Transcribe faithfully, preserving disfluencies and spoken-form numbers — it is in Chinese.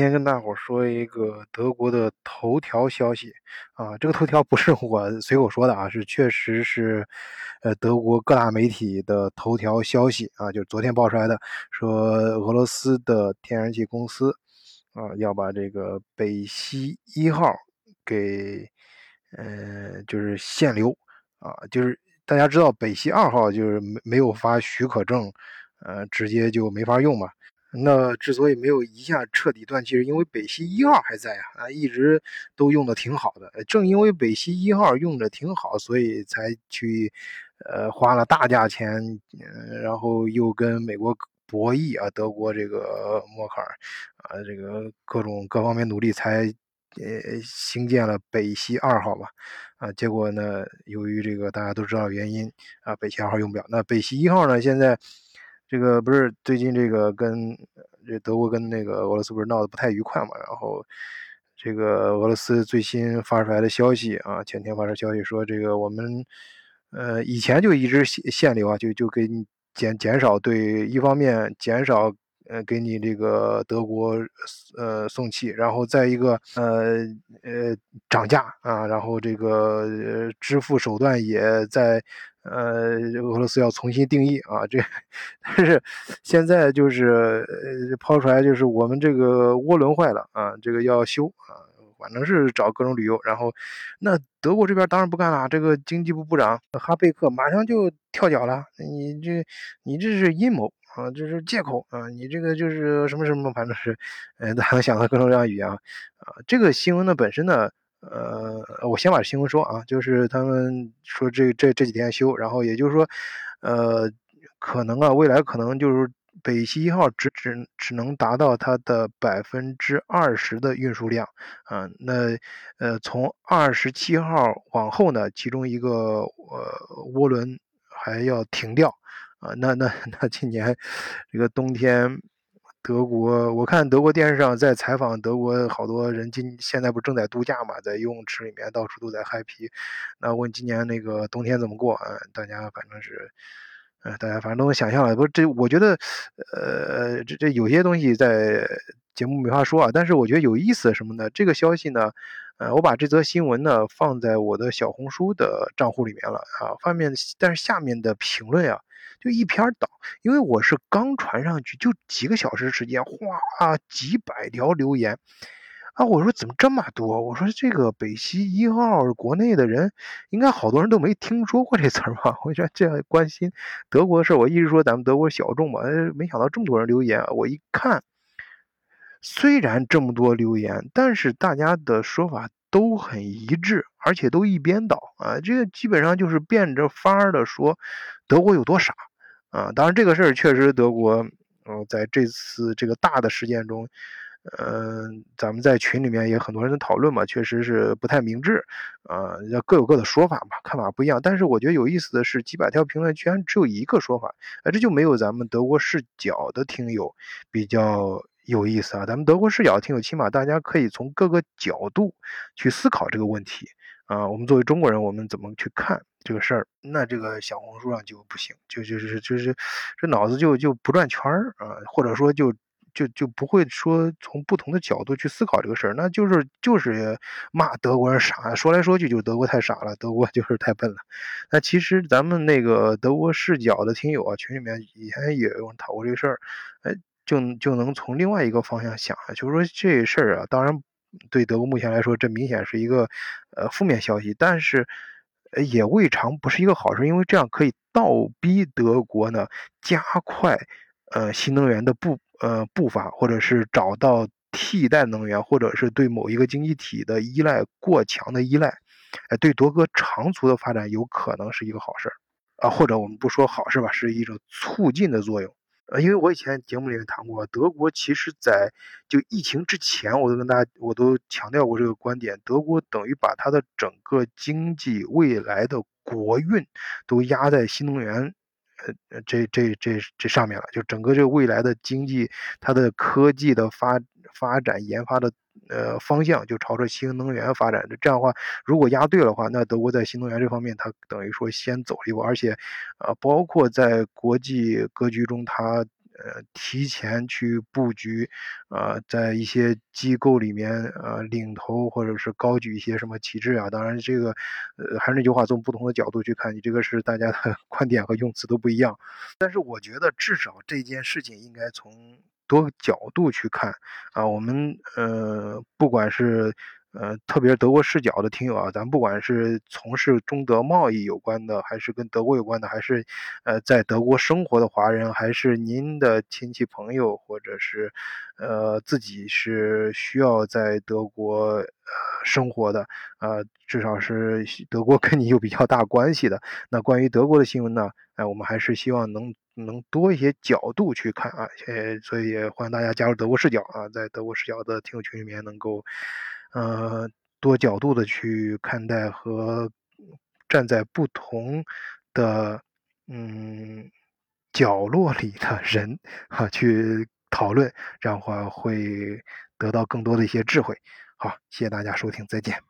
今天跟大伙儿说一个德国的头条消息啊，这个头条不是我随口说的啊，是确实是，呃，德国各大媒体的头条消息啊，就是昨天爆出来的，说俄罗斯的天然气公司啊要把这个北溪一号给，呃，就是限流啊，就是大家知道北溪二号就是没没有发许可证，呃，直接就没法用嘛。那之所以没有一下彻底断气，是因为北溪一号还在啊，啊，一直都用的挺好的。呃正因为北溪一号用的挺好，所以才去，呃，花了大价钱，呃，然后又跟美国博弈啊，德国这个默克尔，啊，这个各种各方面努力才，呃，兴建了北溪二号嘛。啊，结果呢，由于这个大家都知道的原因，啊，北溪二号用不了。那北溪一号呢，现在这个不是最近这个跟这德国跟那个俄罗斯不是闹得不太愉快嘛，然后这个俄罗斯最新发出来的消息啊，前天发出消息说这个我们呃以前就一直限限流啊，就就给你减减少对一方面减少呃给你这个德国呃送气，然后再一个呃呃涨价啊，然后这个呃支付手段也在呃俄罗斯要重新定义啊，这但是现在就是呃抛出来就是我们这个涡轮坏了啊，这个要修啊。反正是找各种理由，然后那德国这边当然不干了，这个经济部部长哈贝克马上就跳脚了，你这你这是阴谋啊，这是借口啊，你这个就是什么什么，反正是，呃，大家想的各种各样语言啊，啊，这个新闻呢本身呢，呃，我先把新闻说啊，就是他们说这这这几天修，然后也就是说，呃，可能啊，未来可能就是北溪一号只只只能达到它的百分之二十的运输量，啊，那呃从二十七号往后呢，其中一个呃涡轮还要停掉，啊，那那那今年这个冬天，德国我看德国电视上在采访德国好多人今现在不正在度假嘛，在游泳池里面到处都在嗨皮，那问今年那个冬天怎么过啊？大家反正是。呃，大家反正都能想象了，不是这，我觉得，呃，这这有些东西在节目没法说啊，但是我觉得有意思的什么呢？这个消息呢，呃，我把这则新闻呢放在我的小红书的账户里面了啊，方面，但是下面的评论呀，就一篇儿倒，因为我是刚传上去，就几个小时时间，哗，几百条留言。啊，我说怎么这么多？我说这个北溪一号国内的人，应该好多人都没听说过这词儿吧？我觉得这样关心德国的事儿，我一直说咱们德国小众嘛，呃没想到这么多人留言啊。我一看，虽然这么多留言，但是大家的说法都很一致，而且都一边倒啊，这个基本上就是变着法儿的说德国有多傻啊。当然这个事儿确实德国，呃，在这次这个大的事件中，嗯、呃咱们在群里面也很多人在讨论嘛，确实是不太明智，啊、要各有各的说法嘛，看法不一样。但是我觉得有意思的是，几百条评论居然只有一个说法，呃，这就没有咱们德国视角的听友比较有意思啊。咱们德国视角的听友，起码大家可以从各个角度去思考这个问题啊。我们作为中国人，我们怎么去看这个事儿？那这个小红书上就不行，就就是就是这脑子就就不转圈儿啊，或者说就就就不会说从不同的角度去思考这个事儿，那就是就是骂德国人傻，说来说去就是德国太傻了，德国就是太笨了。那其实咱们那个德国视角的听友啊，群里面以前也有人讨过这个事儿，哎，就就能从另外一个方向想啊，就是说这事儿啊，当然对德国目前来说，这明显是一个呃负面消息，但是呃也未尝不是一个好事，因为这样可以倒逼德国呢加快呃新能源的步呃步伐，或者是找到替代能源，或者是对某一个经济体的依赖过强的依赖，哎，对德国长足的发展有可能是一个好事儿。啊，或者我们不说好事吧，是一种促进的作用。呃，因为我以前节目里面谈过，德国其实在就疫情之前，我都跟大家我都强调过这个观点，德国等于把它的整个经济未来的国运都压在新能源，呃呃，这这这这上面了，就整个这个未来的经济，它的科技的发发展研发的呃方向就朝着新能源发展。这样的话，如果押对了话，那德国在新能源这方面，它等于说先走了一步，而且，呃，包括在国际格局中，它呃提前去布局，呃，在一些机构里面呃领头或者是高举一些什么旗帜啊。当然这个呃还是那句话，从不同的角度去看，你这个是大家的观点和用词都不一样。但是我觉得至少这件事情应该从多个角度去看啊。我们呃不管是呃特别是德国视角的听友啊，咱不管是从事中德贸易有关的，还是跟德国有关的，还是呃在德国生活的华人，还是您的亲戚朋友，或者是呃自己是需要在德国呃生活的，呃至少是德国跟你有比较大关系的。那关于德国的新闻呢，哎，我们还是希望能能多一些角度去看啊。呃，所以也欢迎大家加入德国视角啊，在德国视角的听友群里面能够，呃，多角度的去看待和站在不同的嗯角落里的人啊去讨论，这样的话会得到更多的一些智慧。好，谢谢大家收听，再见。